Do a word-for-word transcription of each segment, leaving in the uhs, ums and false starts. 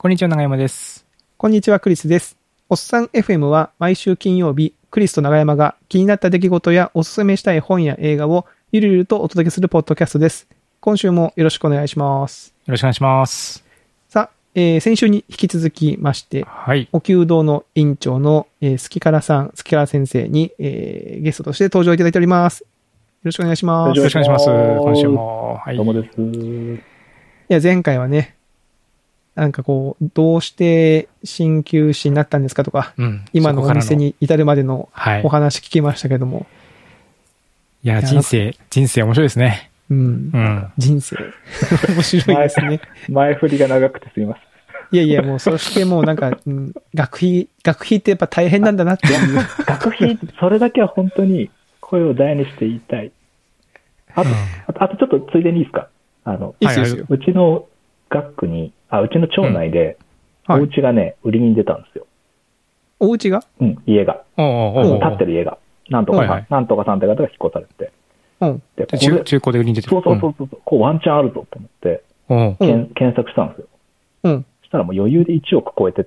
こんにちは、長山です。 こんにちは、クリスです。おっさん エフエム は毎週金曜日、クリスと長山が気になった出来事やおすすめしたい本や映画をゆるゆるとお届けするポッドキャストです。今週もよろしくお願いします。 よろしくお願いします。 さあ、えー、先週に引き続きまして、 はい、 お弓道の院長の、えー、スキカラさん、スキカラ先生に、えー、ゲストとして登場いただいております。よろしくお願いします。 よろしくお願いします。今週も。 はい。どうもです。 いや、前回はね、なんかこう、どうして鍼灸師になったんですかとか、うん、今のお店に至るまでのお話聞きましたけども。はい、 いや、人生、人生面白いですね。 うん。うん、人生。面白いですね。 前、前振りが長くてすみません。 いやいや、もう、そしてもうなんか、うん、学費、学費ってやっぱ大変なんだなっていう。 学費、それだけは本当に声を大にして言いたい。あと、うん、あと、あとちょっとついでにいいですか？あの、 いいですよ。 うちの学区に、あ、うちの町内で、お家がね、はい、売りに出たんですよ。 お家が？ うん、家が。 おうおうおう建ってる家が。なんとか、はいはい、なんとかさんって方が引っ越されて。 うん。 で、中、中古で売りに出てる。 そうそうそうそう、うん、こうワンチャンあるぞと思って、うん、検索したんですよ。 うん。 そしたらもう余裕でいちおく超えてって。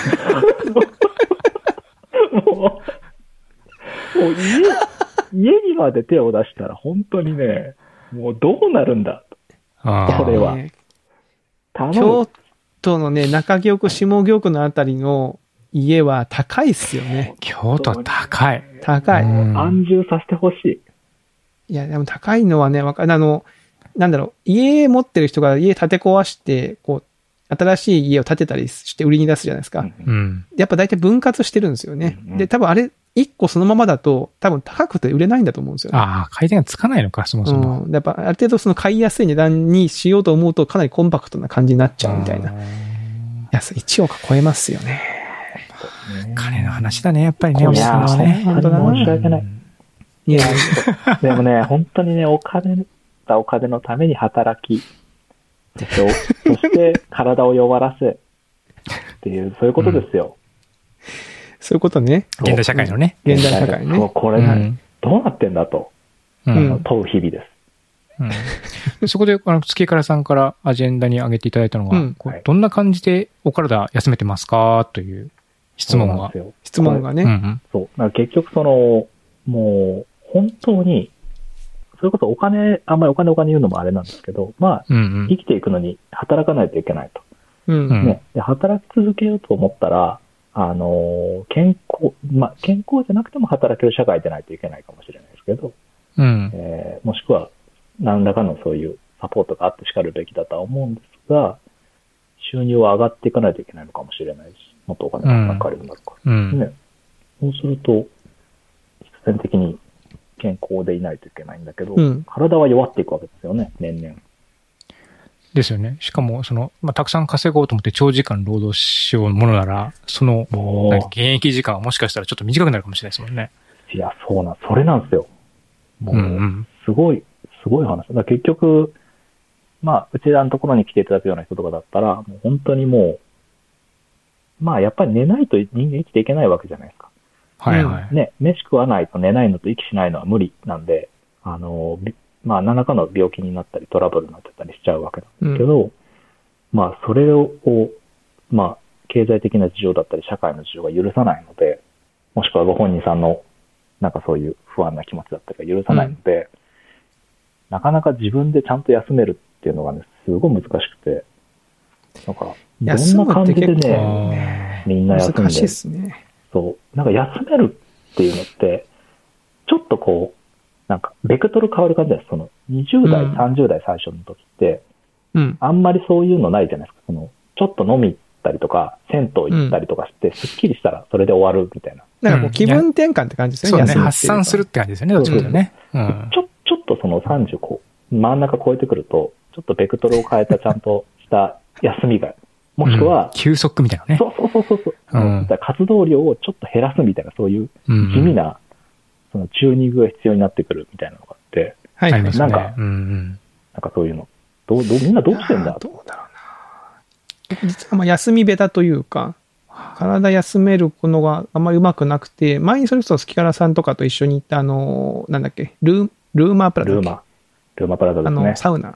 もう、もう家、家にまで手を出したら本当にね、もうどうなるんだと。これは。 京都のね、中京区、下京区のあたりの家は高いっすよね。 京都は高い。 高い。 安住させてほしい。 いや、でも高いのはね、わかる。あの、なんだろう、家持ってる人が家建て壊して、こう、新しい家を建てたりして売りに出すじゃないですか。 うん、 やっぱ大体分割してるんですよね。うんうん、で、多分あれ、一個そのままだと、多分高くて売れないんだと思うんですよね。 ああ、回転がつかないのか、そもそも。 うん。やっぱある程度その買いやすい値段にしようと思うと、かなりコンパクトな感じになっちゃうみたいな。いや、いちおく超えますよね。 金の話だね、やっぱりね、お金のね。本当だ。申し訳ない。 いや、 でもね、本当にね、お金だ、お金のために働き、そして体を弱らせ、っていう、そういうことですよ。 うん、そういうことね。 現代社会のね。 現代社会ね。 そう、これね、うん、どうなってんだと、うん、問う日々です。 うん、そこで、あの、月からさんからアジェンダに挙げていただいたのが、うん、どんな感じでお体休めてますかという質問が。 質問がね。 うんうん、そう。だから結局その、もう、本当に、それこそお金、あんまりお金お金言うのもあれなんですけど、まあ、うんうん、生きていくのに働かないといけないと。 うんね、で働き続けようと思ったら、あの、健康、まあ、健康じゃなくても働ける社会でないといけないかもしれないですけど、 うんえー、もしくは何らかのそういうサポートがあってしかるべきだとは思うんですが、収入は上がっていかないといけないのかもしれないし、もっとお金がかかるようになるから、 うんね。そうすると、必然的に健康でいないといけないんだけど、うん、体は弱っていくわけですよね、年々。 ですよね。しかも、その、まあ、たくさん稼ごうと思って長時間労働しようものなら、その、現役時間はもしかしたらちょっと短くなるかもしれないですもんね。 いや、そうなん、それなんですよ。もう、すごい、すごい話。だから結局、まあ、うちらのところに来ていただくような人とかだったら、もう本当にもう、まあ、やっぱり寝ないと人間生きていけないわけじゃないですか。 はいはい。 ね、飯食わないと寝ないのと息しないのは無理なんで、あの、まあ、何らかの病気になったりトラブルになってたりしちゃうわけなんですけど、うん、まあ、それを、まあ、経済的な事情だったり社会の事情が許さないので、もしくはご本人さんのなんかそういう不安な気持ちだったりが許さないので、うん、なかなか自分でちゃんと休めるっていうのがね、すごい難しくて、なんか、どんな感じでね、みんな休んで、 難しいっすね。 そう、なんか休めるっていうのって、ちょっとこう、なんか、ベクトル変わる感じです。その、にじゅう代、うん、さんじゅう代最初の時って、 うん、 あんまりそういうのないじゃないですか。その、ちょっと飲み行ったりとか、銭湯行ったりとかして、うん、すっきりしたらそれで終わるみたいな。 なんかこう、気分転換って感じですよね。 そうね、発散するって感じですよね、どっちかというとね。 うん、ちょ、ちょっとそのさんじゅうこう、真ん中超えてくると、ちょっとベクトルを変えたちゃんとした休みが、もしくは、 うん、休息みたいなね。 そうそうそうそう。うん、活動量をちょっと減らすみたいな、そういう地味な、そのチューニングが必要になってくるみたいなのがあって、 はい、 なんか、 うんうん、 なんかそういうの、どう、どう、みんなどうしてんだどうだろうな。実はまあ休み下手というか、体休めるのがあんまりうまくなくて、前にそれこそスキカラさんとかと一緒に行ったあの、なんだっけ、ルー、ルーマープラザ。 ルーマ、ルーマプラザですね。 あの、サウナ。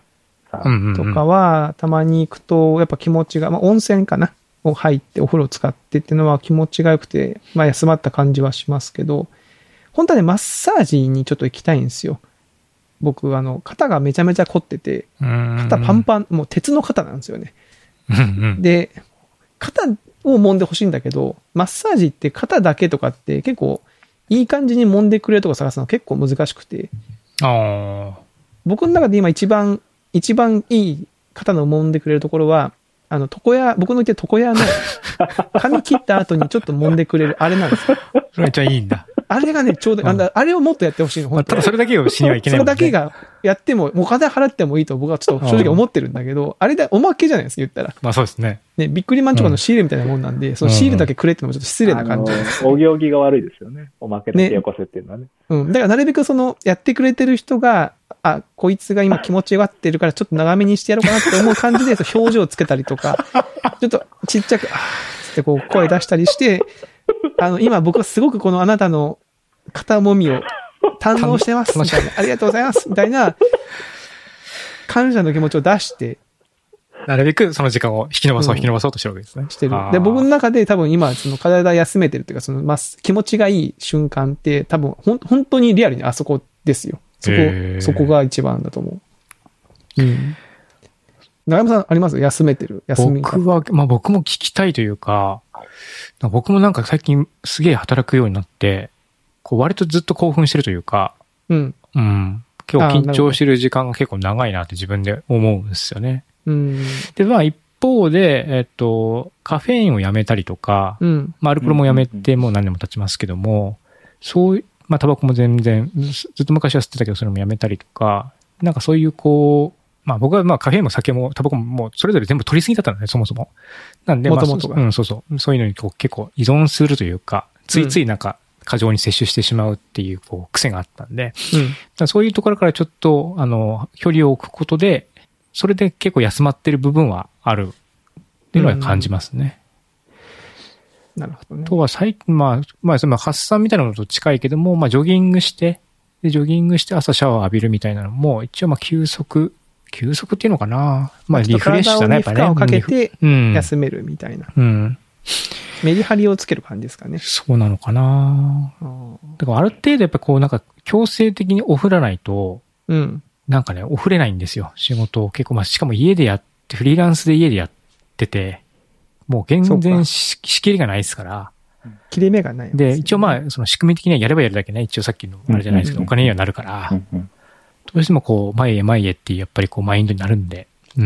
さとかは、たまに行くと、やっぱ気持ちが、まあ温泉かなを入ってお風呂使ってっていうのは気持ちが良くて、まあ休まった感じはしますけど、本当はね、マッサージにちょっと行きたいんですよ。僕、あの、肩がめちゃめちゃ凝ってて、肩パンパン、もう鉄の肩なんですよね。で、肩を揉んでほしいんだけど、マッサージって肩だけとかって結構いい感じに揉んでくれるとこ探すの結構難しくて。 あ僕の中で今一番、一番いい肩の揉んでくれるところは、あの、床屋、僕の言ってる床屋の髪切った後にちょっと揉んでくれる、あれなんですよ。 めっちゃいいんだ。 あれがね、ちょうど、うん、あれをもっとやってほしいの、 まあ、ただそれだけをしにはいけないもんね。 それだけがやっても、お金払ってもいいと僕はちょっと正直思ってるんだけど、あれでおまけじゃないですか、言ったら。 まあそうですね。 ね、ビックリマンチョコのシールみたいなもんなんで、うん、そのシールだけくれってのもちょっと失礼な感じです、 ね。お行儀が悪いですよね。おまけだけよこせっていうのはね。ねうん。だからなるべくその、やってくれてる人が、あ、こいつが今気持ちがってるからちょっと長めにしてやろうかなって思う感じで、表情つけたりとか、ちょっとちっちゃく、あーってこう声出したりして、あの、今僕はすごくこのあなたの肩もみを堪能してますみたいな、ありがとうございますみたいな、感謝の気持ちを出して、 なるべくその時間を引き伸ばそう、うん、引き伸ばそうとしてるわけですね。 してる。で、僕の中で多分今、その体休めてるっていうか、その、まあ、気持ちがいい瞬間って多分、ほん、本当にリアルにあそこですよ。そこ、そこが一番だと思う。うん。長山さんあります？休めてる休み。 僕は、まあ僕も聞きたいというか、僕もなんか最近すげえ働くようになって、こう割とずっと興奮してるというか、 うん。 うん。今日緊張してる時間が結構長いなって自分で思うんですよね。 うん。 で、まあ一方で、えっと、カフェインをやめたりとか、 うん。 まあアルコールもやめてもう何年も経ちますけども、そういう、まあタバコも全然、ずっと昔は吸ってたけどそれもやめたりとか、なんかそういうこう、まあ僕はまあカフェインも酒もタバコももうそれぞれ全部取りすぎだったのね、そもそも。なんで、まあ、 元々が。 うん、そうそう。そういうのにこう結構依存するというか、ついついなんか過剰に摂取してしまうっていうこう癖があったんで、 うん、 そういうところからちょっと、あの、距離を置くことで、それで結構休まってる部分はあるっていうのは感じますね。 うん、なるほどね。 とは最近、まあ、まあ、その発散みたいなのと近いけども、まあ、ジョギングして、で、ジョギングして朝シャワー浴びるみたいなのも、一応まあ、休息、休息っていうのかな。まあ、リフレッシュだね、やっぱね。 負荷をかけて、休めるみたいな。 うん。 メリハリをつける感じですかね。 そうなのかな。だからある程度やっぱこうなんか強制的にオフらないと、 うん。 なんかね、オフれないんですよ。仕事を結構、まあ、しかも家でやって、フリーランスで家でやってて、もう全然し仕切りがないですから。 切れ目がない、ね。 で、一応まあ、その仕組み的にはやればやるだけね、一応さっきのあれじゃないですけど、お金にはなるから、どうしてもこう、前へ前へっていうやっぱりこう、マインドになるんで、うん。うん、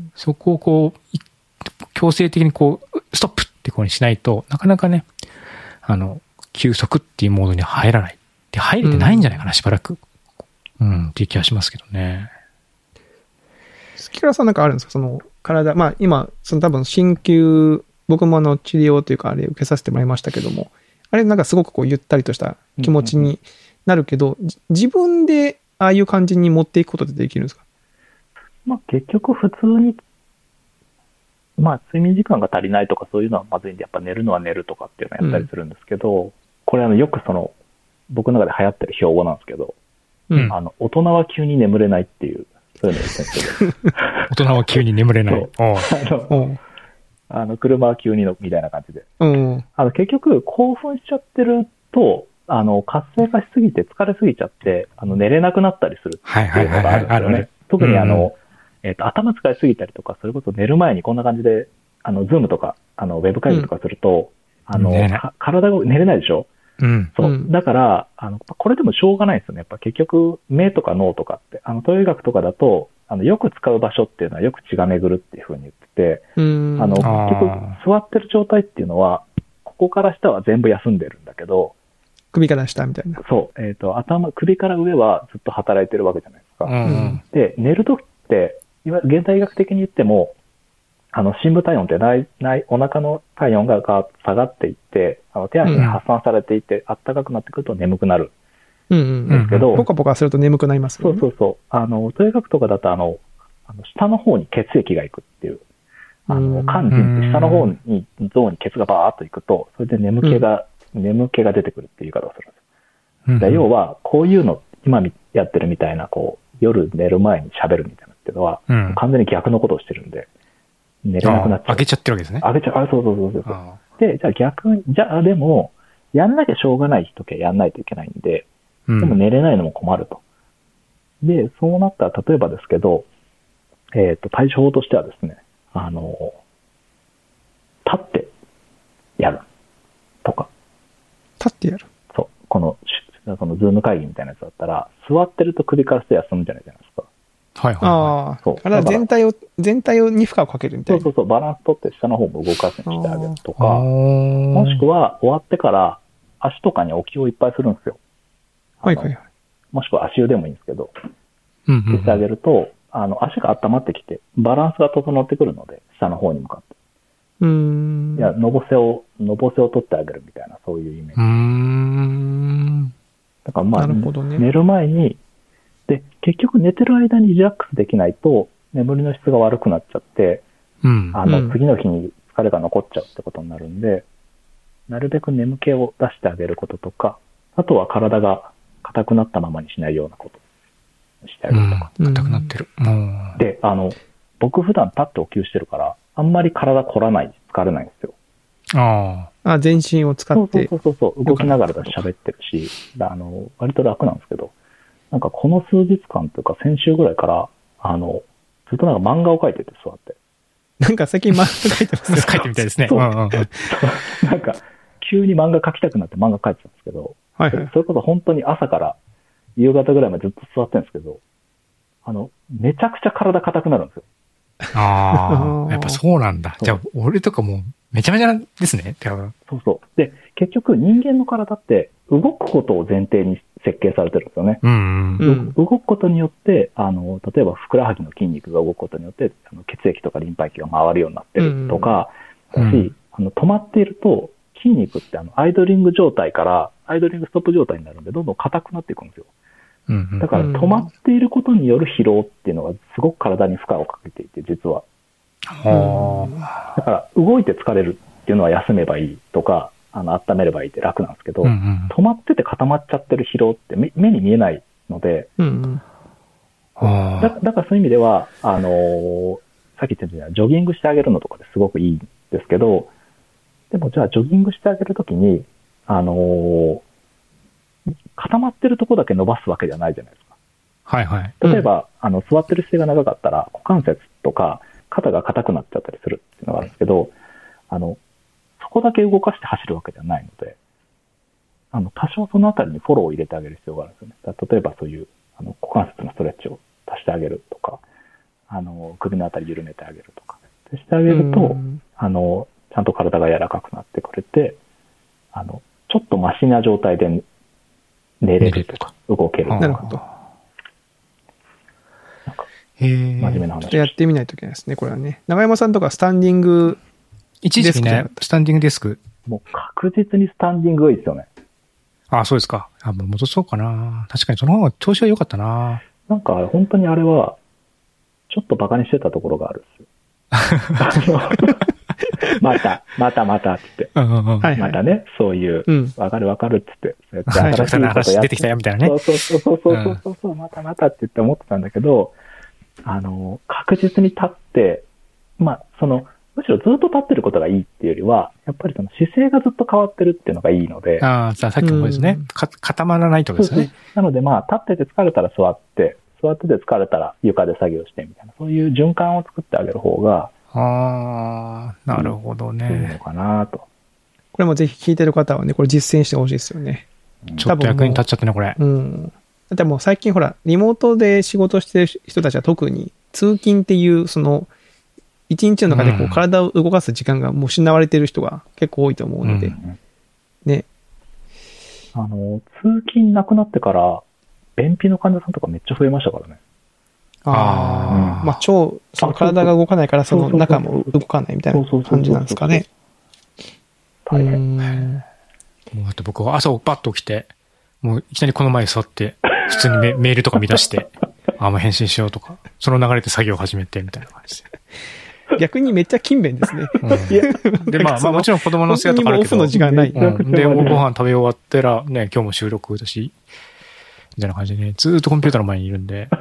そこをこう、強制的にこう、ストップってこうにしないと、なかなかね、あの、休息っていうモードに入らない。で、入れてないんじゃないかな、うん、しばらく。うん、っていう気がしますけどね。 月倉さんなんかあるんですかその、体、まあ今、その多分、鍼灸、僕もあの、治療というか、あれ受けさせてもらいましたけども、あれなんかすごくこう、ゆったりとした気持ちになるけど、うんうんうん、自分でああいう感じに持っていくことってできるんですか？ まあ結局普通に、まあ睡眠時間が足りないとかそういうのはまずいんで、やっぱ寝るのは寝るとかっていうのをやったりするんですけど、うん、これあのよくその、僕の中で流行ってる標語なんですけど、うん、あの、大人は急に眠れないっていう、そういうのを言ってるんですけど。 大人は急に眠れない。 あの、あの車は急にの、みたいな感じで。 うん、 あの結局興奮しちゃってると、あの、活性化しすぎて疲れすぎちゃって、あの、寝れなくなったりするっていうのがあるんですよね。特にあの、うん、えっと、頭使いすぎたりとか、それこそ寝る前にこんな感じで、あの、ズームとか、あの、ウェブ会議とかすると、うん、あの、ね、体が寝れないでしょ？ うん。 そう。だから、あの、これでもしょうがないですよね。やっぱ結局、目とか脳とかって、あの、東洋医学とかだと、あの、よく使う場所っていうのはよく血が巡るっていうふうに言ってて、 うん、 あの、結局、座ってる状態っていうのは、ここから下は全部休んでるんだけど、 首から下みたいな。 そう。えっと、頭、首から上はずっと働いてるわけじゃないですか。 うん、 で、寝るときって、いわゆる現代医学的に言っても、あの、深部体温ってない、ない、お腹の体温が下がっていって、あの、手足に発散されていて、うん、暖かくなってくると眠くなる。 うんうん。 ですけど、 ポカポカすると眠くなりますよね。 そうそうそう。あの、東洋医学とかだと、あの、あの下の方に血液が行くっていう、あの、肝腎って下の方に、臓に血がバーっと行くと、それで眠気が、うん、眠気が出てくるっていう言い方をするんです。うん、要は、こういうの、今やってるみたいな、こう、夜寝る前に喋るみたいな、 っていうのは、うん、完全に逆のことをしてるんで、寝れなくなっちゃう。 上げちゃってるわけですね。 上げちゃう。あ、そうそうそうそう。で、じゃあ逆に、じゃあでも、やんなきゃしょうがない時はやんないといけないんで、でも寝れないのも困ると。うん、で、そうなったら、例えばですけど、えっと、対処法としてはですね、あの、立ってやるとか。 立ってやる？ そう。この、そのズーム会議みたいなやつだったら、座ってると首からして休むんじゃないじゃないですか。 はいはい、はい。 ああ。そう。だから全体を、全体をに負荷をかけるみたいな。 そうそうそう、バランス取って下の方も動かすようにしてあげるとか、もしくは終わってから足とかに置きをいっぱいするんですよ。 はいはいはい。 もしくは足湯でもいいんですけど、 うんうんうん、 してあげると、あの、足が温まってきて、バランスが整ってくるので、下の方に向かって。 うーん。 いや、のぼせを、のぼせを取ってあげるみたいな、そういうイメージ。 うーん。 だからまあ、 なるほどね、 寝る前に、で、結局寝てる間にリラックスできないと、眠りの質が悪くなっちゃって、 うん、 あの、次の日に疲れが残っちゃうってことになるんで、なるべく眠気を出してあげることとか、あとは体が硬くなったままにしないようなことをしてあげるとか。 うん、硬くなってる。うん、 で、あの、僕普段立ってお灸してるから、あんまり体凝らない、疲れないんですよ。 ああ。全身を使って。 そうそうそうそう、動きながらだし喋ってるし、あの、割と楽なんですけど、なんかこの数日間というか先週ぐらいから、あの、ずっとなんか漫画を描いてて座って。 なんか最近漫画描いてますね。 描いてみたいですね。 そう。うんうんうん、なんか、急に漫画描きたくなって漫画描いてたんですけど、 はいはい、 それこそ本当に朝から夕方ぐらいまでずっと座ってるんですけど、あの、めちゃくちゃ体硬くなるんですよ。 ああ、やっぱそうなんだ。じゃあ、俺とかもうめちゃめちゃですね。 そうそう。で、結局人間の体って動くことを前提に設計されてるんですよね。 うんうん、 動くことによって、あの、例えばふくらはぎの筋肉が動くことによって、あの血液とかリンパ液が回るようになってるとか、うん、だし、うん、あの、止まっていると筋肉ってあの、アイドリング状態からアイドリングストップ状態になるんで、どんどん硬くなっていくんですよ。 うんうん、 だから止まっていることによる疲労っていうのがすごく体に負荷をかけていて、実は。 うん、 だから動いて疲れるっていうのは休めばいいとか、あの、温めればいいって楽なんですけど、 うんうん、 止まってて固まっちゃってる疲労って目目に見えないので、 うんうんだ, だからそういう意味では、あのー、さっき言ったようにジョギングしてあげるのとかですごくいいんですけど、でもじゃあジョギングしてあげるときに、あのー、固まってるとこだけ伸ばすわけじゃないじゃないですか。 はいはい。 例えば、うん、あの、座ってる姿勢が長かったら、股関節とか肩が硬くなっちゃったりするっていうのがあるんですけど、あの、そこだけ動かして走るわけじゃないので、あの、多少そのあたりにフォローを入れてあげる必要があるんですよね。例えばそういう、あの、股関節のストレッチを足してあげるとか、あの、首のあたり緩めてあげるとか。してあげると、あの、ちゃんと体が柔らかくなってくれて、あの、ちょっとマシな状態で寝れるとか、動けるとか。 なるほど。 なんか、真面目な話。 ちょっとやってみないといけないですね、これはね。長山さんとかスタンディング一時期ね、スタンディングデスク。 もう確実にスタンディングがいいですよね。 ああ、そうですか。あ、もう戻そうかな。確かにその方が調子は良かったな。 なんか本当にあれは、ちょっとバカにしてたところがあるんですよ。また、またまたって言って。 うんうんうん、 またね、そういう、わ、うん、かるわかるって言って。そうやって新しいことやって出てきたよみたいなね。 そうそうそうそうそうそうそう、うん、またまたって言って思ってたんだけど、あの、確実に立って、まあ、その、むしろずっと立ってることがいいっていうよりは、やっぱりその姿勢がずっと変わってるっていうのがいいので。 ああ、さっきもですね。か固まらないってことですね。 なのでまあ、立ってて疲れたら座って、座ってて疲れたら床で作業してみたいな、そういう循環を作ってあげる方が、 ああ、なるほどね。 いいのかなと。 これもぜひ聞いてる方はね、これ実践してほしいですよね。 ちょっと役に立っちゃってね、これ。 うん。だってもう最近ほら、リモートで仕事してる人たちは特に、通勤っていう、その、一日の中でこう体を動かす時間がもう失われている人が結構多いと思うので、うん、ね。 あの、通勤なくなってから、便秘の患者さんとかめっちゃ増えましたからね。 ああ、うん、まあ腸、その体が動かないからその中も動かないみたいな感じなんですかね。 大変。 もうだって僕は朝バッと起きて、もういきなりこの前座って、普通に メ, メールとか見出して、あ、もう返信しようとか、その流れで作業を始めてみたいな感じで。 逆にめっちゃ勤勉ですね。 うん、で、まあ、まあもちろん子供の世話とかあるけど。オフの時間ない。 うん、で、ご飯食べ終わったら、ね、今日も収録だし、みたいな感じでね、ずーっとコンピューターの前にいるんで、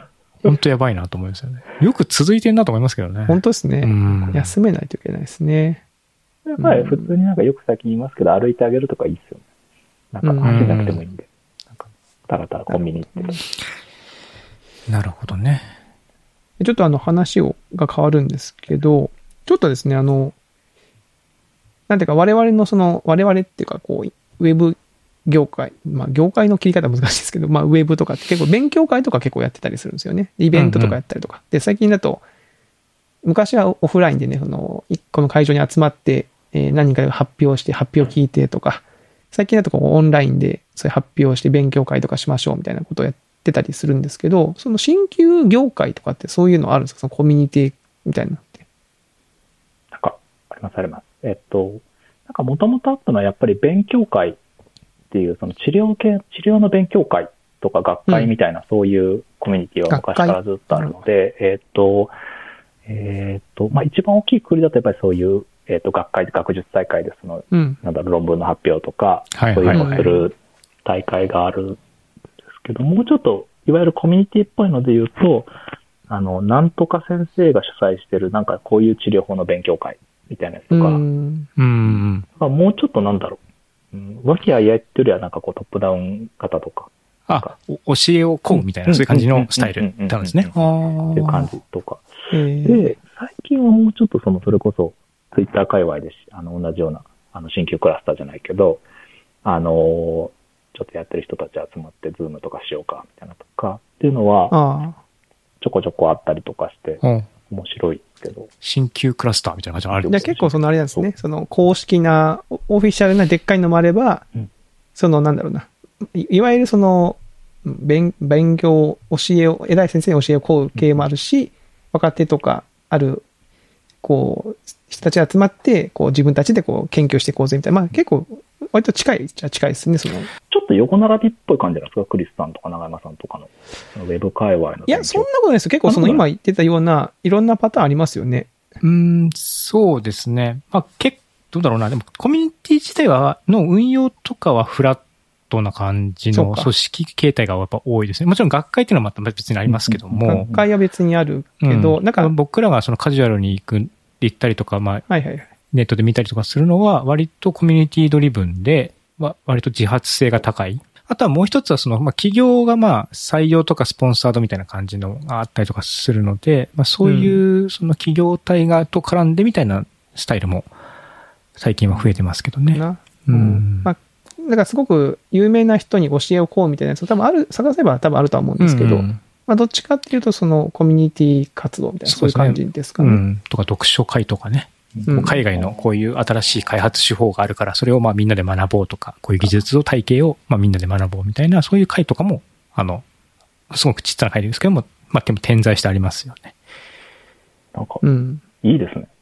本当やばいなと思いますよね。よく続いてんなと思いますけどね。 本当ですね。 うん、 休めないといけないですね。 やっぱり普通になんかよく先に言いますけど、歩いてあげるとかいいっすよね。なんか走んなくてもいいんで。なんか、たらたらコンビニ行って。 なるほどね。 ちょっとあの話をが変わるんですけど、ちょっとですね、あの、なんていうか我々のその、我々っていうかこう、ウェブ業界、まあ業界の切り方難しいですけど、まあウェブとかって結構勉強会とか結構やってたりするんですよね。イベントとかやったりとか。うんうん、で、最近だと、昔はオフラインでね、その、一個の会場に集まって、えー、何人かが発表して発表を聞いてとか、最近だとこうオンラインでそういう発表して勉強会とかしましょうみたいなことをやってたりするんですけど、その新旧業界とかってそういうのあるんですか？そのコミュニティみたいなのって。 なんか、ありますあります。えっと、なんかもともとあったのはやっぱり勉強会っていう、その治療系、治療の勉強会とか学会みたいな、そういうコミュニティは昔からずっとあるので、うん、えっと、えっと、まあ、一番大きいくくりだとやっぱりそういう、えっと、学会で学術大会でその、うん、なんだろう、論文の発表とか、はいはいはい、そういうのをする大会があるんですけど、もうちょっと、いわゆるコミュニティっぽいので言うと、あの、なんとか先生が主催してる、なんかこういう治療法の勉強会みたいなやつとか、うんうん、もうちょっとなんだろう、うん、和気あいあいっていうよりはなんかこうトップダウン型とか、 あ、教えを請うみたいな、うん、そういう感じのスタイルなんですね。 っていう感じとか。で、最近はもうちょっとその、それこそ、ツイッター界隈でし、あの、同じような、あの、新旧クラスターじゃないけど、あの、ちょっとやってる人たち集まって、ズームとかしようか、みたいなとか、っていうのは、ちょこちょこあったりとかして、面白いけど。 新旧クラスターみたいな感じがあるんですね。 結構そのあれなんですね、その、公式な、オフィシャルなでっかいのもあれば、うん、その、なんだろうな、い, いわゆるその、勉, 勉強、教えを、偉い先生に教えを請う系もあるし、うん、若手とかある、こう、人たちが集まって、こう自分たちでこう研究していこうぜみたいな。まあ結構、割と近いじゃ近いですね、その。 ちょっと横並びっぽい感じなんですか？クリスさんとか長山さんとかの、ウェブ界隈の。 いや、そんなことないです。結構その今言ってたような、いろんなパターンありますよね。 うーん、そうですね。まあ結構、どうだろうな。でもコミュニティ自体は、の運用とかはフラットな感じの組織形態がやっぱ多いですね。もちろん学会っていうのはまた別にありますけども。 学会は別にあるけど、 うん、なんか僕らがそのカジュアルに行く、行ったりとか、まあ、はいはいはい、ネットで見たりとかするのは割とコミュニティドリブンで、割と自発性が高い。あとはもう一つはその、まあ企業がまあ採用とかスポンサードみたいな感じのがあったりとかするので、まあそういうその企業体がと絡んでみたいなスタイルも最近は増えてますけどね。 なうん。まあだからすごく有名な人に教えを請うみたいなやつ多分ある、探せば多分あるとは思うんですけど、うんうん、まあどっちかっていうとそのコミュニティ活動みたいなそういう感じですかね。うん、 とか読書会とかね。うん、海外のこういう新しい開発手法があるから、それをまあみんなで学ぼうとか、こういう技術の体系をまあみんなで学ぼうみたいな、そういう会とかも、あの、すごくちっちゃな会ですけども、まあでも点在してありますよね。 なんか、うん、いいですね。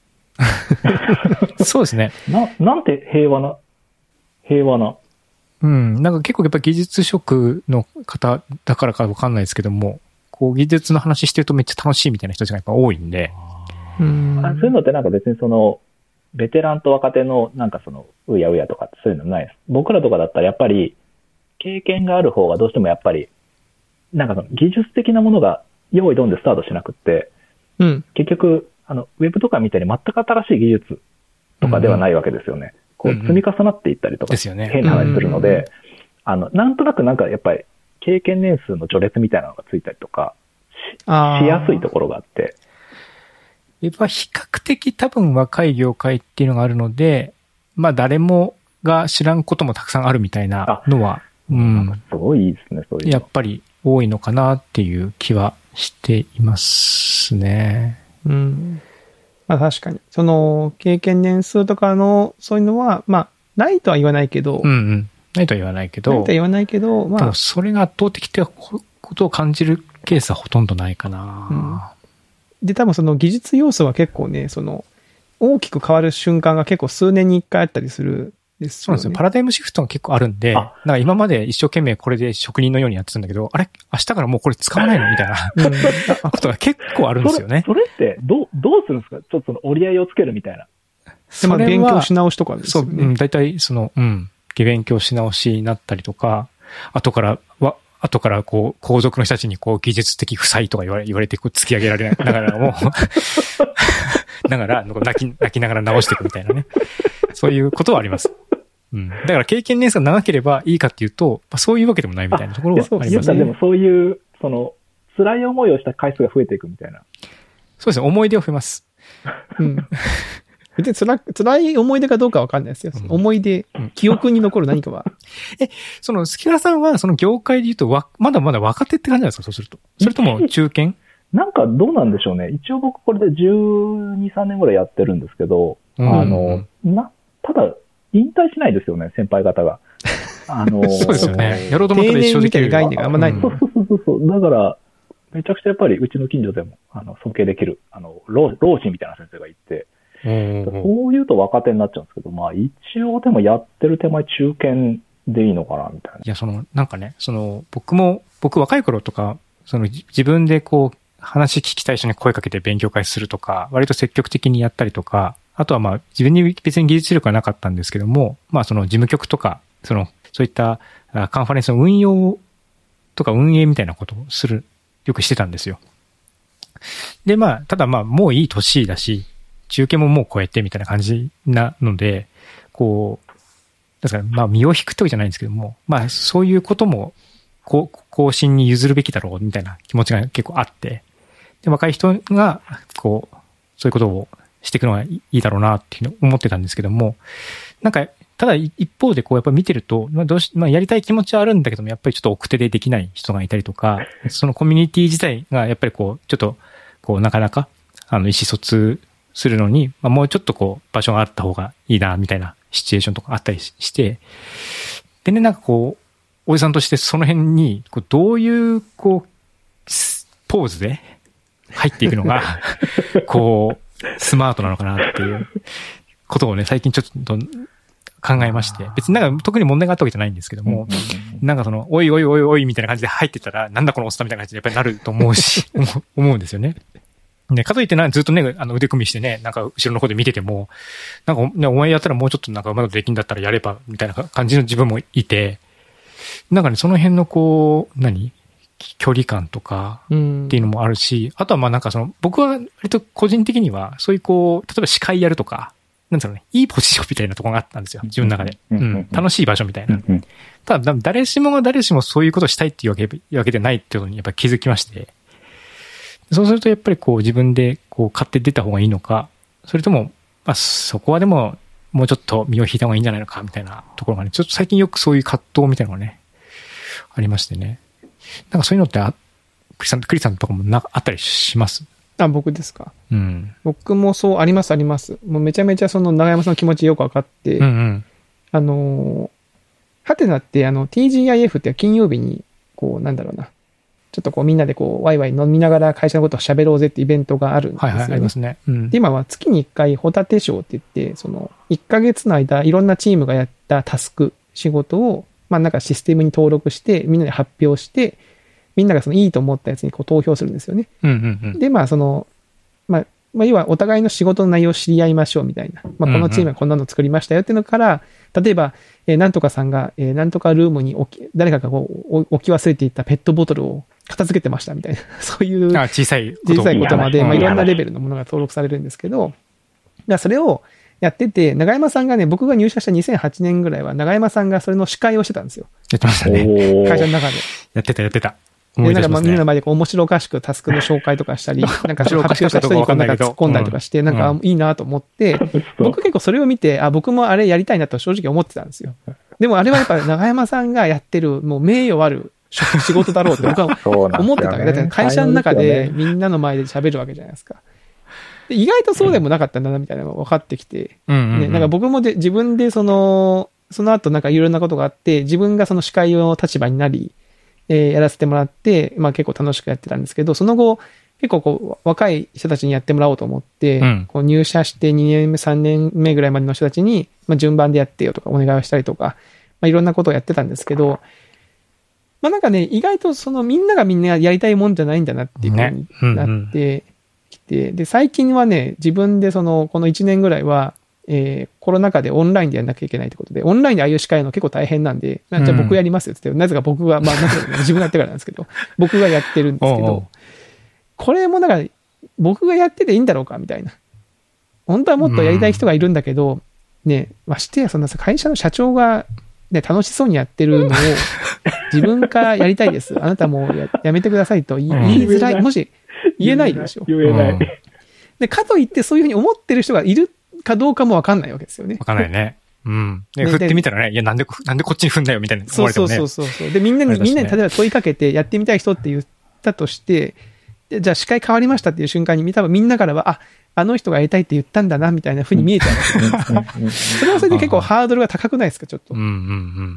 そうですね。 な、なんて平和な、平和な。 うん。なんか結構やっぱ技術職の方だからかわかんないですけども、こう技術の話してるとめっちゃ楽しいみたいな人たちがやっぱ多いんで。 うん、そういうのってなんか別にその、ベテランと若手のなんかその、うやうやとかってそういうのないです。僕らとかだったらやっぱり、経験がある方がどうしてもやっぱり、なんかその技術的なものが用意どんでスタートしなくって、うん、結局、あの、ウェブとかみたいに全く新しい技術とかではないわけですよね。うんうん、こう積み重なっていったりとか、ですよね、変な話するので、うんうんうん、あの、なんとなくなんかやっぱり経験年数の序列みたいなのがついたりとかし、しやすいところがあって、 やっぱ比較的多分若い業界っていうのがあるので、まあ誰もが知らんこともたくさんあるみたいなのは、 うん。すごいいいですね、そういうの。 やっぱり多いのかなっていう気はしていますね。 うん。まあ確かに。その経験年数とかのそういうのは、まあないとは言わないけど。 うんうん。ないとは言わないけど。 ないとは言わないけど、まあ。 でもそれが圧倒的ってことを感じるケースはほとんどないかな。うんで、多分その技術要素は結構ね、その、大きく変わる瞬間が結構数年に一回あったりするですよね。 そうなんですよ。パラダイムシフトが結構あるんで、なんか今まで一生懸命これで職人のようにやってたんだけど、あれ明日からもうこれ使わないのみたいな、うん、ことが結構あるんですよね。 それ、それってどう、どうするんですか？ちょっとその折り合いをつけるみたいな。 でも勉強し直しとかですよね。 そう、うん、大体その、うん、勉強し直しになったりとか、後からわ、 後からこう、皇族の人たちにこう、技術的負債とか言われ、言われてこう突き上げられながらも、ながら、泣き、泣きながら直していくみたいなね。そういうことはあります。うん。だから経験年数が長ければいいかっていうと、まあ、そういうわけでもないみたいなところはありますね。 でもそういう、その、辛い思いをした回数が増えていくみたいな。 そうですね、思い出を増えます。 うん。別に辛、辛い思い出かどうかわかんないですよ。うん、思い出、うん、記憶に残る何かは。 え、その、杉原さんは、その業界で言うと、わ、まだまだ若手って感じなんですか、そうすると。それとも中堅？ なんかどうなんでしょうね。一応僕これでじゅうに、さんねんぐらいやってるんですけど、うん、あの、な、ただ、引退しないですよね、先輩方が。あのー、 そうですよね。やろうと思ったら一生できる概念があんまない。 そうそうそうそう。だから、めちゃくちゃやっぱりうちの近所でも、あの、尊敬できる、あの、老、老師みたいな先生がいて、そういうと若手になっちゃうんですけど、まあ一応でもやってる手前中堅でいいのかな、みたいな。 いや、その、なんかね、その、僕も、僕若い頃とか、その自分でこう、話聞きたい人に声かけて勉強会するとか、割と積極的にやったりとか、あとはまあ自分に別に技術力はなかったんですけども、まあその事務局とか、その、そういったカンファレンスの運用とか運営みたいなことをする、よくしてたんですよ。でまあ、ただまあもういい年だし、中堅ももう超えてみたいな感じなので、こう、だからまあ身を引くってわけじゃないんですけども、まあそういうことも、こう、後進に譲るべきだろうみたいな気持ちが結構あって、で、若い人が、こう、そういうことをしていくのがいいだろうなっていうのを思ってたんですけども、なんか、ただ一方でこうやっぱ見てると、まあどうし、まあやりたい気持ちはあるんだけども、やっぱりちょっと奥手でできない人がいたりとか、そのコミュニティ自体がやっぱりこう、ちょっと、こうなかなか、あの意思疎通するのに、まあもうちょっとこう場所があった方がいいな、みたいなシチュエーションとかあったりして、でね、なんかこう、おじさんとしてその辺に、こうどういう、こう、ポーズで入っていくのが、こう、スマートなのかなっていうことをね、最近ちょっと考えまして、別になんか特に問題があったわけじゃないんですけども、なんかその、おいおいおいおいみたいな感じで入ってたら、なんだこのおっさんみたいな感じでやっぱりなると思うし、思うんですよね。ね、かといってな、ずっとね、あの腕組みしてね、なんか後ろの方で見てても、なんか、ね、お前やったらもうちょっとなんかうまいことできんだったらやれば、みたいな感じの自分もいて、なんかね、その辺のこう、何距離感とかっていうのもあるし、あとはまあなんかその、僕は割と個人的には、そういうこう、例えば司会やるとか、なんだろうね、いいポジションみたいなところがあったんですよ、自分の中で。うん、楽しい場所みたいな。ただ、誰しもが誰しもそういうことをしたいっていうわけ、わけでないってことにやっぱり気づきまして、そうするとやっぱりこう自分でこう買って出た方がいいのか、それとも、まあそこはでも、もうちょっと身を引いた方がいいんじゃないのかみたいなところがね、ちょっと最近よくそういう葛藤みたいなのがね、ありましてね。なんかそういうのってあ、クリさん、クリさんとかもなんかあったりします？ あ、僕ですか。 うん。 僕もそうありますあります。もうめちゃめちゃその長山さんの気持ちよくわかって、うんうん、あの、ハテナってあの ティージーアイエフって金曜日に、こうなんだろうな、ちょっとこうみんなでこうワイワイ飲みながら会社のことを喋ろうぜってイベントがあるんですよね。はいはい、ありますね。うん、で、今は月にいっかいホタテショーって言って、そのいっかげつの間いろんなチームがやったタスク、仕事を、まあなんかシステムに登録して、みんなで発表して、みんながそのいいと思ったやつにこう投票するんですよね。うんうんうん、で、まあその、まあ、まあ要はお互いの仕事の内容を知り合いましょうみたいな。まあこのチームはこんなの作りましたよっていうのから、例えば、えー、なんとかさんが、えー、なんとかルームに置き、誰かがこう置き忘れていったペットボトルを片付けてましたみたいな。そういう、 あ、小さいこと、小さいことまで、まあいろんなレベルのものが登録されるんですけど、だそれをやってて、長山さんがね、僕が入社したにせんはちねんぐらいは、長山さんがそれの司会をしてたんですよ。 やってましたね。 会社の中で。 やってた、やってた。 で、なんかまあみんなの前でこう面白おかしくタスクの紹介とかしたり、なんか発表した人にこうなんか突っ込んだりとかして、なんかいいなと思って、僕結構それを見て、あ、僕もあれやりたいなと正直思ってたんですよ。でもあれはやっぱ長山さんがやってる、もう名誉ある仕事だろうって僕は思ってたわけ。だって会社の中でみんなの前で喋るわけじゃないですか。で意外とそうでもなかったんだなみたいなのが分かってきて、ね、なんか僕もで自分でその、その後なんかいろんなことがあって、自分がその司会の立場になり、えー、やらせてもらって、まあ結構楽しくやってたんですけど、その後、結構こう、若い人たちにやってもらおうと思って、うん、こう入社してにねんめ、さんねんめぐらいまでの人たちに、まあ順番でやってよとかお願いをしたりとか、まあいろんなことをやってたんですけど、まあなんかね、意外とそのみんながみんなやりたいもんじゃないんだなっていうふうになってきて、ねうんうん、で、最近はね、自分でその、このいちねんぐらいは、 えー、コロナ禍でオンラインでやんなきゃいけないってことで、オンラインでああいう司会やるの結構大変なんで、じゃあ僕やりますよって言って、うん、なぜか僕は、まあ、なぜか自分がやってからなんですけど、僕がやってるんですけど、おうおうこれもなんか、僕がやってていいんだろうかみたいな。本当はもっとやりたい人がいるんだけど、うん、ね、ましてやそんなさ、会社の社長が、ね、楽しそうにやってるのを、自分からやりたいです。あなたもう や, やめてくださいと言い,、うん、言いづらい。もし、言えないでしょ。 言えない。うん、 で、かといってそういうふうに思ってる人がいるかどうかもわかんないわけですよね。 わかんないね。うん。で、振ってみたらね、いや、なんで、なんでこっちに振んだよみたいな思われてもね。 そうそうそうそう。で、みんなに、ね、みんなに例えば問いかけてやってみたい人って言ったとして、じゃあ司会変わりましたっていう瞬間に、多分みんなからは、あ、あの人がやりたいって言ったんだな、みたいな風に見えちゃうわけです。それはそれで結構ハードルが高くないですか、ちょっと。 うんうんうん。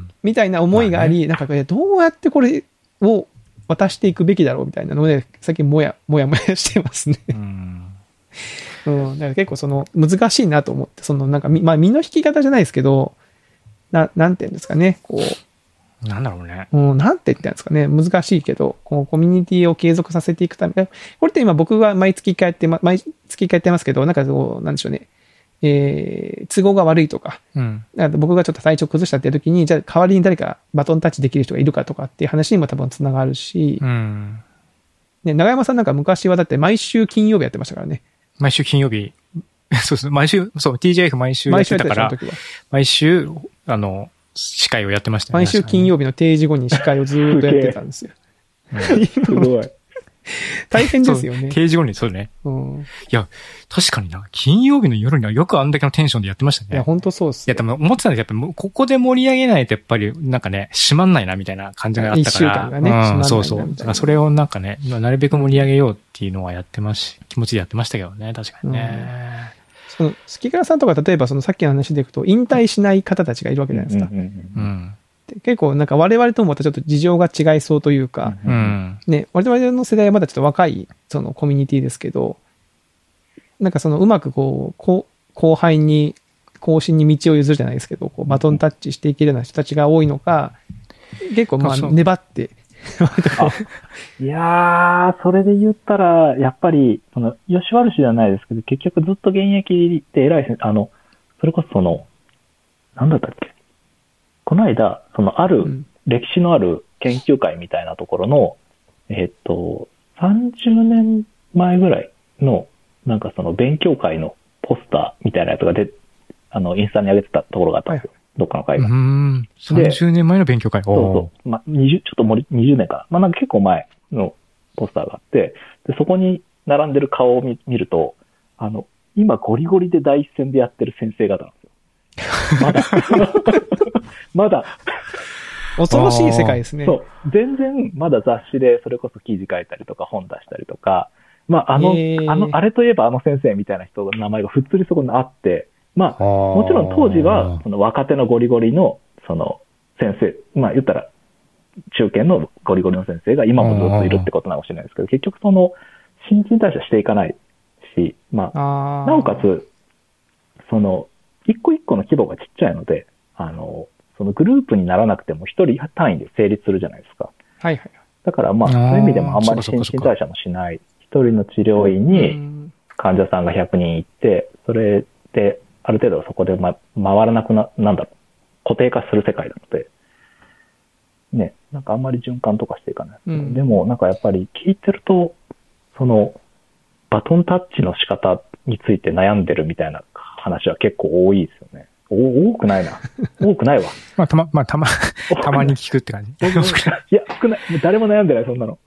みたいな思いがあり、まあね、なんかこれどうやってこれを渡していくべきだろうみたいなので、最近もや、もやもやしてますね。うん。うん。だから結構その難しいなと思って、そのなんか、まあ身の引き方じゃないですけど、な、なんていうんですかね、こう。 なんだろうね。 うん、なんて言ったんですかね。難しいけど、こうコミュニティを継続させていくため、これって今僕が毎月一回やって、ま、毎月一回やってますけど、なんかこう、なんでしょうね。えー、都合が悪いとか、うん、僕がちょっと体調崩したっていう時に、じゃあ代わりに誰かバトンタッチできる人がいるかとかっていう話にも多分つながるし、うん、ね、長山さんなんか昔はだって毎週金曜日やってましたからね。 毎週金曜日。そうそう、毎週、そう、ティージェーエフ 毎週やってたから、毎週、あの、司会をやってましたね。 毎週金曜日の定時後に司会をずーっとやってたんですよ。 すごい。 大変ですよね。 定時後に、そうね。うん、いや、確かにな、金曜日の夜にはよくあんだけのテンションでやってましたね。 いや、本当そうっす。 いや、でも思ってたんだけど、やっぱここで盛り上げないとやっぱり、なんかね、閉まんないなみたいな感じがあったから。一週間がね、うん、閉まんないなそうそう。だからそれをなんかね、なるべく盛り上げようっていうのはやってますし、気持ちでやってましたけどね、確かにね。うんそのスキカラさんとか例えばそのさっきの話でいくと引退しない方たちがいるわけじゃないですか。うんうんうんうん、結構なんか我々ともまたちょっと事情が違いそうというか、うん、ね、我々の世代はまだちょっと若いそのコミュニティですけど、なんかそのうまくこう後輩に後進に道を譲るじゃないですけど、こうバトンタッチしていけるような人たちが多いのか、結構まあ粘って。 いやー、それで言ったら、やっぱり、その、吉悪しじゃないですけど、結局ずっと現役で偉い先生、あの、それこそその、なんだったっけ。この間、その、ある、うん、歴史のある研究会みたいなところの、えー、っと、さんじゅうねんまえぐらいの、なんかその、勉強会のポスターみたいなやつがで、あの、インスタに上げてたところがあったんですよ。はいどっかの会が。 うん。さんじゅうねんまえの勉強会。 そうそう。まあ、にじゅう、ちょっともりにじゅうねんか。まあ、なんか結構前のポスターがあって、で、そこに並んでる顔を見見ると、あの、今ゴリゴリで第一線でやってる先生方なんですよ。まだ。まだ。 恐ろしい世界ですね。 そう。全然まだ雑誌でそれこそ記事書いたりとか本出したりとか、まあ、あの、あの、あれといえばあの先生みたいな人の名前が普通にそこにあって、まあ、もちろん当時は、その若手のゴリゴリの、その先生、まあ言ったら、中堅のゴリゴリの先生が今もずっといるってことなのかもしれないですけど、結局その、新陳代謝していかないし、まあ、なおかつ、その、一個一個の規模がちっちゃいので、あの、そのグループにならなくても一人単位で成立するじゃないですか。 はいはい。 だからまあ、そういう意味でもあんまり新陳代謝もしない。一人の治療院に患者さんがひゃくにんいて、それで、ある程度そこで、ま、回らなくな、なんだろう、固定化する世界なので、ね、なんかあんまり循環とかしていかない。うん、でも、なんかやっぱり聞いてると、その、バトンタッチの仕方について悩んでるみたいな話は結構多いですよね。お多くないな。多くないわ。 まあ、たま、まあ、たま、たまに聞くって感じ。 いや、少ない。もう誰も悩んでない、そんなの。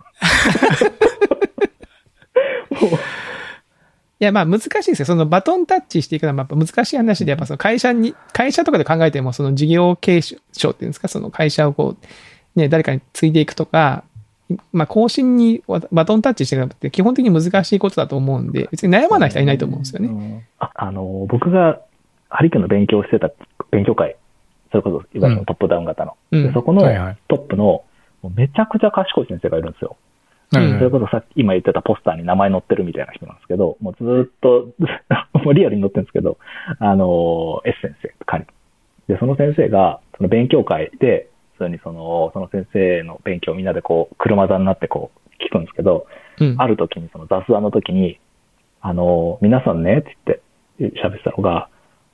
いや、まあ難しいですよ。そのバトンタッチしていくのはやっぱ難しい話で、やっぱその会社に、会社とかで考えても、その事業継承っていうんですか、その会社をこう、ね、誰かに継いでいくとか、まあ後進にバトンタッチしていくのって基本的に難しいことだと思うんで、別に悩まない人はいないと思うんですよね。うん、 あ, あの、僕がハリケーンの勉強してた勉強会、それこそいわゆるトップダウン型の。うん、でそこのトップの、めちゃくちゃ賢い先生がいるんですよ。うん、それこそさっき今言ってたポスターに名前載ってるみたいな人なんですけど、もうずっと、もうリアルに載ってるんですけど、あの、S 先生、仮に。で、その先生が、その勉強会で、普通にその、その先生の勉強をみんなでこう、車座になってこう、聞くんですけど、うん、ある時にその雑談の時に、あの、皆さんね、って言って喋ってたのが、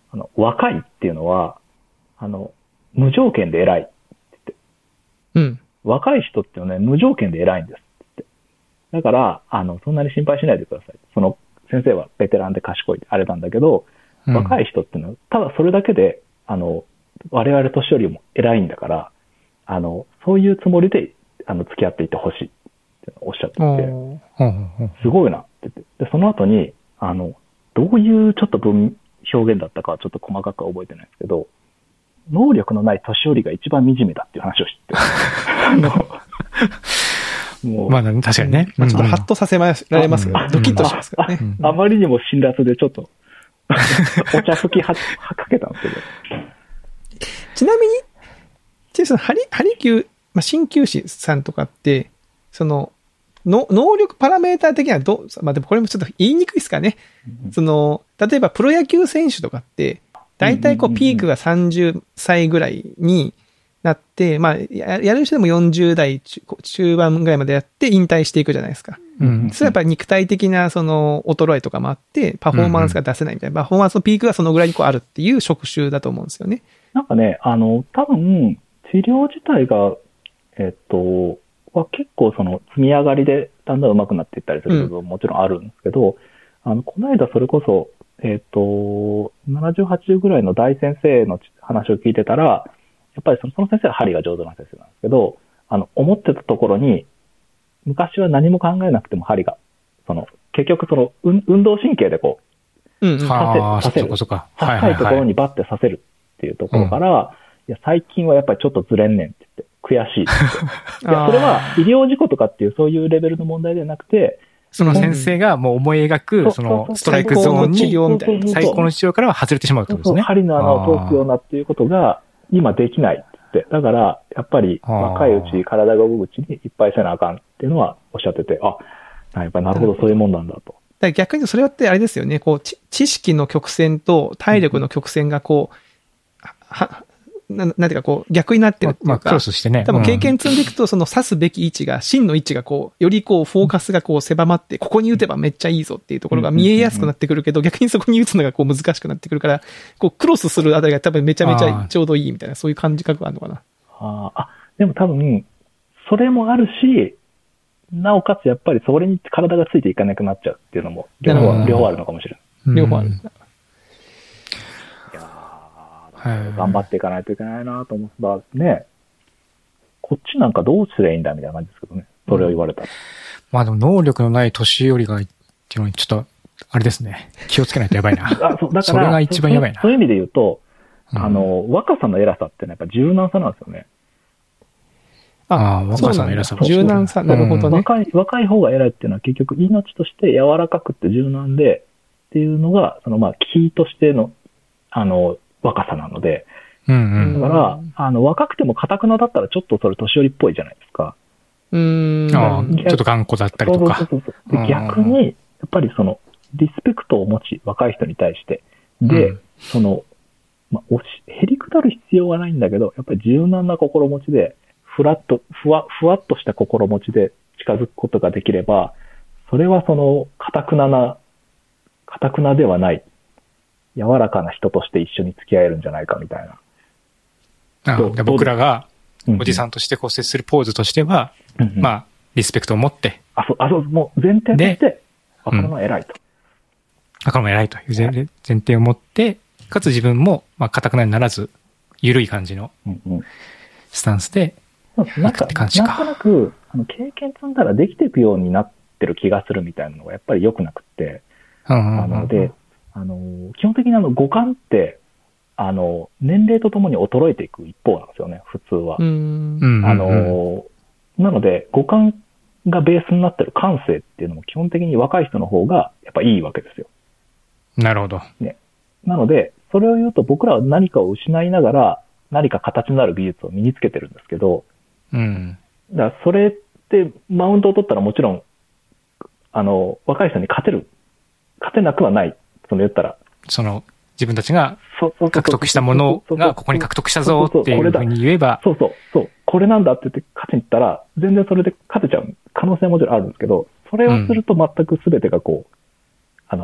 あの、若いっていうのは、あの、無条件で偉いって言って。 うん。 若い人っていうのはね、無条件で偉いんですって。だから、あの、そんなに心配しないでください。その、先生はベテランで賢いってあれなんだけど、うん、若い人っていうのは、ただそれだけで、あの、我々年寄りも偉いんだから、あの、そういうつもりで、あの、付き合っていてほしいっておっしゃってて、すごいなって言って。で、その後に、あの、どういうちょっと文、表現だったかはちょっと細かくは覚えてないですけど、能力のない年寄りが一番惨めだっていう話を知って。あの、もう。まあ、確かにね。 まあ、ちょっとハッとさせられますけど、ドキッとしますからね。 あ, あ, あまりにも辛辣でちょっと、お茶吹きはかけたんですけど。 ちなみに、そのハリ、ハリキュー、まあ、鍼灸師さんとかって、その、の能力パラメーター的にはどう、まあでもこれもちょっと言いにくいですかね。うん、その、例えばプロ野球選手とかって、大体こうピークがさんじゅっさいぐらいになって、まあ、や, やる人でもよんじゅう代中盤ぐらいまでやって引退していくじゃないですか。うん、それはやっぱり肉体的なその衰えとかもあって、パフォーマンスが出せないみたいな、パフォーマンスのピークがそのぐらいにこうあるっていう職種だと思うんですよね。 なんかね、あの、多分、治療自体が、えっと、は結構その積み上がりでだんだん上手くなっていったりする部分ももちろんあるんですけど、うん、あの、この間それこそ、えっと、ななじゅう、はちじゅうぐらいの大先生の話を聞いてたら、やっぱりその、その先生は針が上手な先生なんですけど、あの、思ってたところに、昔は何も考えなくても針が、その、結局その、運、運動神経でこう、 うんうん、させ、させる。そうか。 はいはいはい。高いところにバッてさせるっていうところから、うん、いや、最近はやっぱりちょっとずれんねんって言って。悔しいって。いや、それは医療事故とかっていうそういうレベルの問題ではなくて、 その先生がもう思い描く、そのストライクゾーンに、最高の治療からは外れてしまうってことですね。 針の穴を通すようなっていうことが今できないって言って。だから、やっぱり若いうち、体が動くうちにいっぱいせなあかんっていうのはおっしゃってて、あ、やっぱりなるほどそういうもんなんだと。だから逆にそれってあれですよね、こう、知識の曲線と体力の曲線がこう、は、な, なんていうかこう逆になってるっていうか、 まあ、クロスしてね。 多分経験積んでいくとその刺すべき位置が、芯の位置がこう、よりこうフォーカスがこう狭まって、ここに打てばめっちゃいいぞっていうところが見えやすくなってくるけど、逆にそこに打つのがこう難しくなってくるから、こうクロスするあたりが多分めちゃめちゃちょうどいいみたいな、そういう感じ覚があるのかな。 ああ、でも多分、それもあるし、なおかつやっぱりそれに体がついていかなくなっちゃうっていうのも、両方、両方あるのかもしれない。 両方ある。 頑張っていかないといけないなと思ったね。こっちなんかどうすりゃいいんだみたいな感じですけどね。それを言われたら。うん、 まあでも能力のない年寄りがっていうのにちょっと、あれですね。気をつけないとやばいな。 あ、そう、だから、 それが一番やばいな。 そういう意味で言うと、あの、うん、若さの偉さってやっぱ柔軟さなんですよね。 ああ、若さの偉さ。 柔軟さ、なるほどね、 うん。若い、若い方が偉いっていうのは結局命として柔らかくて柔軟でっていうのが、そのまあ、キーとしての、あの、若さなので、 うんうん、 だから、あの、若くても堅くなだったらちょっとそれ年寄りっぽいじゃないですか。 うーん。 ああ、ちょっと頑固だったりとか。 そうそうそうそう。で、逆に、やっぱりその、リスペクトを持ち、若い人に対して。で、うん、その、まあ、押し、へりくだる必要はないんだけど、やっぱり柔軟な心持ちで、ふらっと、ふわ、ふわっとした心持ちで近づくことができれば、それはその、堅くなな、堅くなではない。柔らかな人として一緒に付き合えるんじゃないかみたいな。 ああで僕らがおじさんとしてこう接するポーズとしては、うんうん、まあ、リスペクトを持って。 あ、そう、あ、そう、もう前提として、あ、これも偉いと。 あ、これも偉いという前提、前提を持って、かつ自分も、まあ、堅くなにならず、緩い感じのスタンスで、 なんか、なんとなく、あの、経験積んだらできていくようになってる気がするみたいなのがやっぱり良くなくって、 うんうんうんうん、 あので、あの、基本的にあの、五感って、あの、年齢とともに衰えていく一方なんですよね、普通は。 うん。 あの、なので、五感がベースになってる感性っていうのも基本的に若い人の方がやっぱいいわけですよ。 なるほど。 ね。なので、それを言うと僕らは何かを失いながら何か形のある技術を身につけてるんですけど、 うん。 だからそれってマウントを取ったらもちろん、あの、若い人に勝てる、勝てなくはない。その言ったら。 その、自分たちが獲得したものがここに獲得したぞっていうふうに言えば。 そうそう、そう。これなんだって言って勝ちに行ったら、全然それで勝てちゃう可能性はもちろんあるんですけど、それをすると全く全てがこう、あの、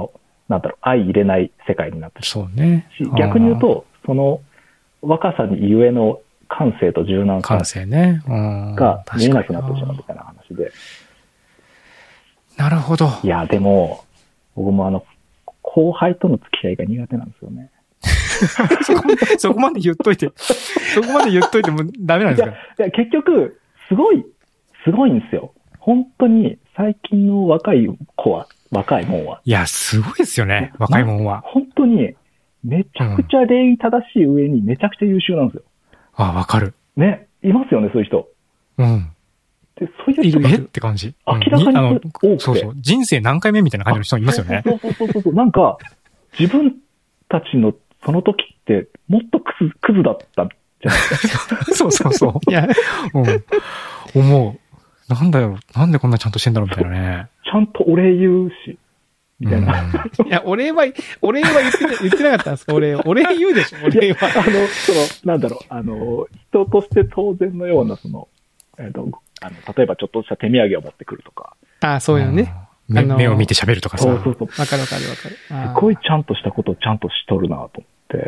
なんだろう、相入れない世界になってしまう。そうね。 逆に言うと、その若さにゆえの感性と柔軟さ感性ね。 が見えなくなってしまうみたいな話で。 なるほど。 いや、でも、僕もあの、後輩との付き合いが苦手なんですよね。 そこそこまで言っといて、そこまで言っといてもダメなんですか？ いや、いや結局、すごい、すごいんですよ。本当に最近の若い子は、若いもんは。 いや、すごいですよね、若いもんは。 本当に、めちゃくちゃ礼儀正しい上にめちゃくちゃ優秀なんですよ。 うん、あ、わかる。 ね、いますよね、そういう人。 うん。 で、そういう人が。えって感じ。 明らかに多くて、うん、 そうそう。人生何回目みたいな感じの人いますよね。 そうそうそうそう。なんか、自分たちのその時って、もっとクズ、クズだったんじゃないですか。 そうそうそう。いや、うん。思う。なんだよ。なんでこんなちゃんとしてんだろうみたいなね。 ちゃんとお礼言うし。みたいな。 うん、いや、お礼は、お礼は言ってな、言ってなかったんですか？お礼は。お礼言うでしょ、お礼は。 あの、その、なんだろう、あの、人として当然のような、その、えっと、あの、例えばちょっとした手土産を持ってくるとか。 ああ、そういうのね。 目, 目を見て喋るとかさ。 そうそうそう。 わかるわかるわかる。 すごいちゃんとしたことをちゃんとしとるなと思って。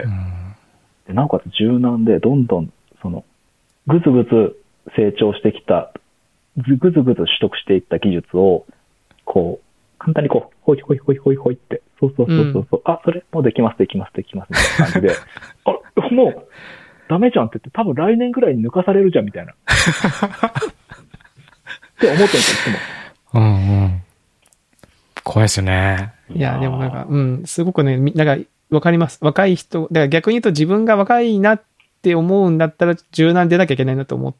うん、でなおかつ柔軟で、どんどん、その、ぐずぐず成長してきた、ぐずぐず取得していった技術を、こう、簡単にこう、ほいほいほいほいほいって、そうそうそうそう、うん、あ、それもうできます、できます、できます、みたいな感じで、あ、もう、ダメじゃんって言って、多分来年ぐらいに抜かされるじゃん、みたいな。って思ってるんですよ、いつも。 うんうん。怖いですよね。 いや、でもなんか、うん、すごくね、なんか、わかります。若い人、だから逆に言うと自分が若いなって思うんだったら柔軟でなきゃいけないなと思って、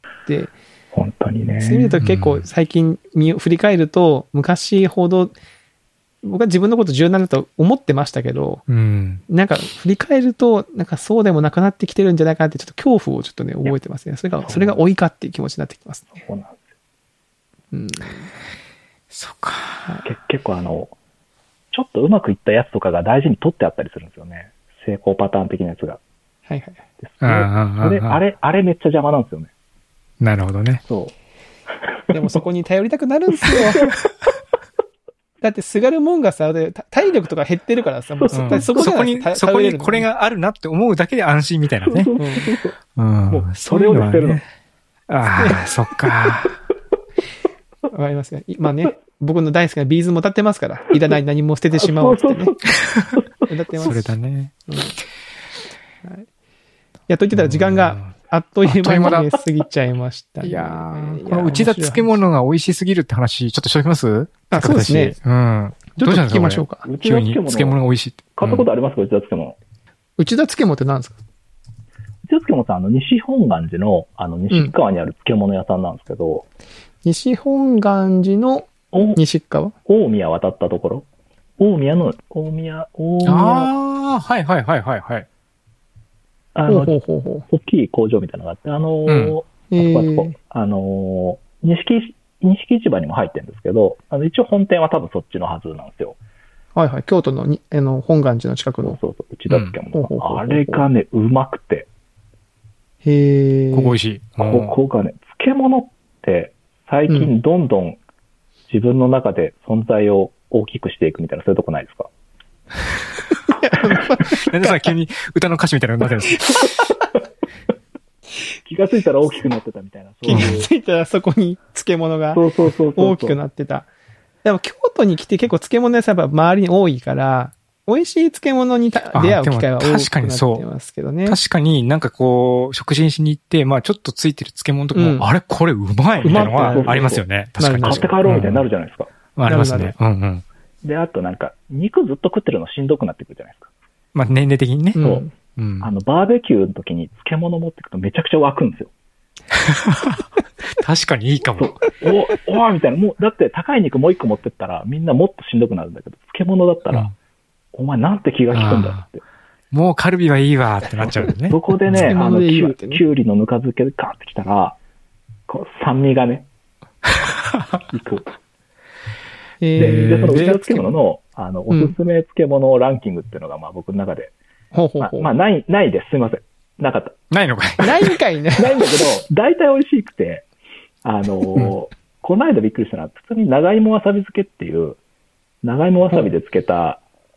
本当にね。 そういう意味で結構最近見振り返ると、昔ほど、僕は自分のこと柔軟だと思ってましたけど、 うん、 なんか振り返ると、なんかそうでもなくなってきてるんじゃないかなって、ちょっと恐怖をちょっとね、覚えてますね。それが、それが老いかっていう気持ちになってきますね。 そうなんですよ。 うん。 そっか。 結構あの、ちょっとうまくいったやつとかが大事に取ってあったりするんですよね。成功パターン的なやつが。 はいはい。 それ、あれ、あれ、あれめっちゃ邪魔なんですよね。 なるほどね。 そう。 でもそこに頼りたくなるんですよ。だってすがるもんがさ、体力とか減ってるからさ、もうそ、うん、そこそこに、そこにこれがあるなって思うだけで安心みたいなね。うん。 もう、それを捨てるの。 ああ、そっか。 わかりますか？まあね、僕の大好きなビーズも歌ってますから、いらない何も捨ててしまおうってね。歌ってます。 それだね。 うん、はい。いや、と言ってたら時間があっという間に過ぎちゃいましたね。 いやー、この内田漬物が美味しすぎるって話、ちょっとしておきます？ あ、そうですね。 うん。 ちょっと聞きましょうか。 急に漬物が美味しいって。 買ったことありますか？内田漬物。 内田漬物って何ですか？ 内田漬物さん、あの、西本願寺の、あの、西川にある漬物屋さんなんですけど、うん、 西本願寺の西川？ 大宮渡ったところ。大宮の、大宮、大宮。 ああ、はいはいはいはいはい。 あの、 ほうほうほう大きい工場みたいなのがあって、あのー、うん、あそこあそこ、あのー、錦、錦市場にも入ってるんですけど、あの、一応本店は多分そっちのはずなんですよ。 はいはい。京都のに、あの、本願寺の近くの。 そうそうそう、内田漬物、うん。あれがね、うまくて。 へー。 ここ美味しい。 ここがね、漬物って最近どんどん自分の中で存在を大きくしていくみたいな、そういうとこないですか？ なんでさ、急に歌の歌詞みたいなのになってるんですか？ 気がついたら大きくなってたみたいな。 そういう気がついたらそこに漬物が大きくなってた。でも京都に来て結構漬物屋さんやっぱ周りに多いから、美味しい漬物に出会う機会は多くなってますけどね。 確かになんかこう、食事しに行って、まあちょっとついてる漬物とかも、うん、あれこれうまいみたいなのはありますよね。確かに。 買って帰ろうみたいになるじゃないですか。 うん、ありますね。うんうん。 で、あとなんか、肉ずっと食ってるのしんどくなってくるじゃないですか。 まあ年齢的にね。 そう。うん、あの、バーベキューの時に漬物持ってくとめちゃくちゃ湧くんですよ。 確かにいいかも。 お、おわみたいな。もう、だって高い肉もう一個持ってったらみんなもっとしんどくなるんだけど、漬物だったら、うん、お前なんて気が利くんだって。 もうカルビはいいわってなっちゃうよね。 そこでね、あの、きゅうりのぬか漬けでガーってきたら、こう酸味がね、いく。で、で、その内田漬物の、あの、おすすめ漬物ランキングっていうのが、まあ僕の中で、 ほうほうほう。 まあ、ない、ないです。すいません。なかった。 ないのかい。 ないんかいね。 ないんだけど、大体美味しくて、あのーうん、この間びっくりしたのは、普通に長芋わさび漬けっていう、長芋わさびで漬けた、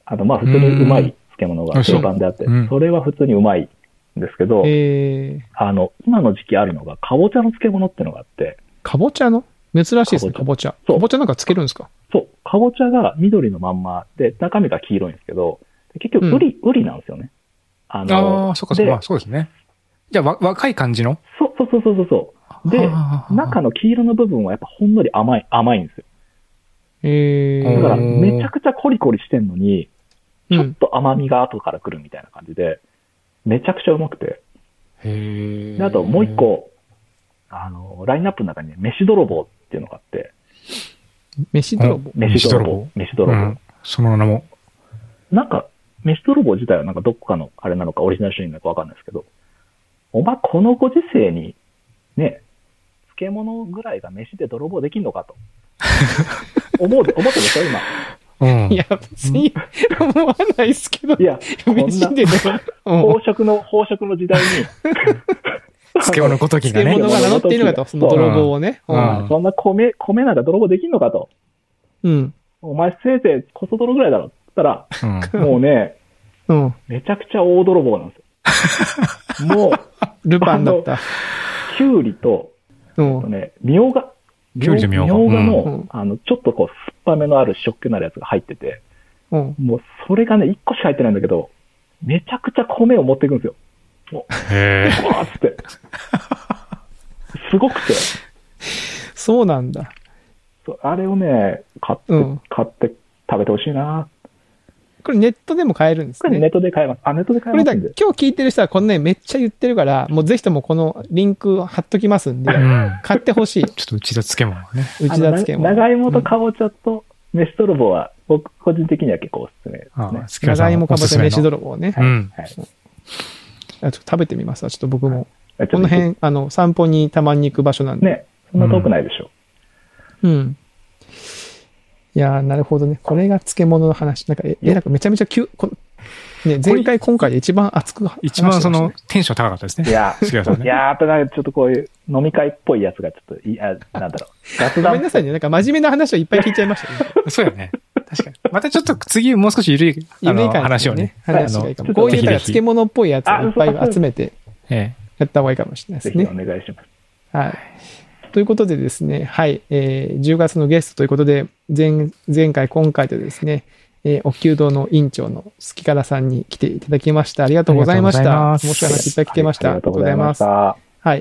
あの、まあ普通にうまい漬物が定番であって、そ, それは普通にうまいんですけど、 えー、 あの、今の時期あるのが、かぼちゃの漬物ってのがあって。 かぼちゃの珍しいですね、かぼちゃ。かぼちゃなんか漬けるんですか？ そう。かぼちゃが緑のまんまで、中身が黄色いんですけど、結局、ウリ、うん、ウリなんですよね。 あの、ああ、そうかそうか、そうですね。じゃあ、わ、若い感じの？ そうそうそうそうそう。で、中の黄色の部分はやっぱほんのり甘い、甘いんですよ。 へー。 だから、めちゃくちゃコリコリしてんのに、ちょっと甘みが後から来るみたいな感じで、めちゃくちゃうまくて。 へー。 で、あともう一個、あの、ラインナップの中にね、飯泥棒っていうのがあって。 飯泥棒？ 飯泥棒。飯泥棒。うん、 その名も。 なんか、飯泥棒自体はなんかどこかのあれなのかオリジナル商品なのかわかんないですけど、お前このご時世に、ね、漬物ぐらいが飯で泥棒できんのかと。思う、思ってるでしょ、今。 うん、いや、別に思わないですけど。 いや、こんな飯で泥棒。飽食の、飽食の時代に。 漬物ごときがね。 漬物が名乗っているのかと、その泥棒をね。 うんうん、そんな米、米なんか泥棒できんのかと。 うん。 お前せいぜいこそ泥ぐらいだろって言ったら、うん、もうね、 うん、 めちゃくちゃ大泥棒なんですよ。もう、 ルパンだった。 キュウリと、 うん、 とね、みょうが。 キュウリとみょうが。 みょうがの、うん、あの、ちょっとこう、酸っぱめのある食気のあるやつが入ってて、うん、もう、それがね、いっこしか入ってないんだけど、めちゃくちゃ米を持っていくんですよ。もう、 へー。わーっつって。すごくて。 そうなんだ。 そう、あれをね、買って、うん、買って食べてほしいな。 これネットでも買えるんですね。 これネットで買えます。あ、ネットで買えますんで。 これだ、今日聞いてる人はこのね、めっちゃ言ってるから、もうぜひともこのリンク貼っときますんで、うん、買ってほしい。 ちょっと内田漬物ね。 内田漬物。 長芋とかぼちゃと飯泥棒は、僕個人的には結構おすすめですね。 長芋かぼちゃ飯泥棒ね。 うん。 はい。ちょっと食べてみますわ、ちょっと僕も。はい、この辺、あの、散歩にたまに行く場所なんで。 ね、そんな遠くないでしょ。 うん。うんいやー、なるほどね。これが漬物の話。なんか、え、なんかめちゃめちゃ急、こね、前回今回で一番熱く話してましたね。 一番その、テンション高かったですね。 いや、ね、いやー、やっぱなんかちょっとこういう飲み会っぽいやつがちょっと、いや、なんだろう。 雑談。ごめんなさいね。なんか真面目な話をいっぱい聞いちゃいましたね。 そうよね。確かに。またちょっと次もう少し緩い、あの、話をね。 話がいいかも。こういう漬物っぽいやつをいっぱい集めて、やった方がいいかもしれないですね。 ぜひお願いします。 はい。ということでですね、はい、えー、じゅうがつのゲストということで、前、前回、今回とですね、えー、おきゅう堂の院長のすきからさんに来ていただきました。ありがとうございました。面白い話いっぱい聞けました。 ありがとうございます。はい。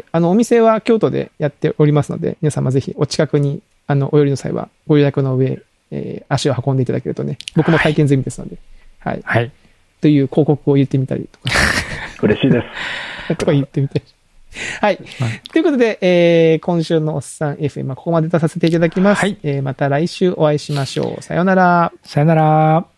あの、お店は京都でやっておりますので、皆様ぜひお近くに、あの、お寄りの際は、ご予約の上、えー、足を運んでいただけるとね、僕も体験済みですので、はい。 はい。 という広告を言ってみたりとか。 嬉しいです。 とか言ってみて。はい。ということで、えー、今週のおっさん エフエム はここまでとさせていただきます。はい。えー、また来週お会いしましょう。さようなら。 さようなら。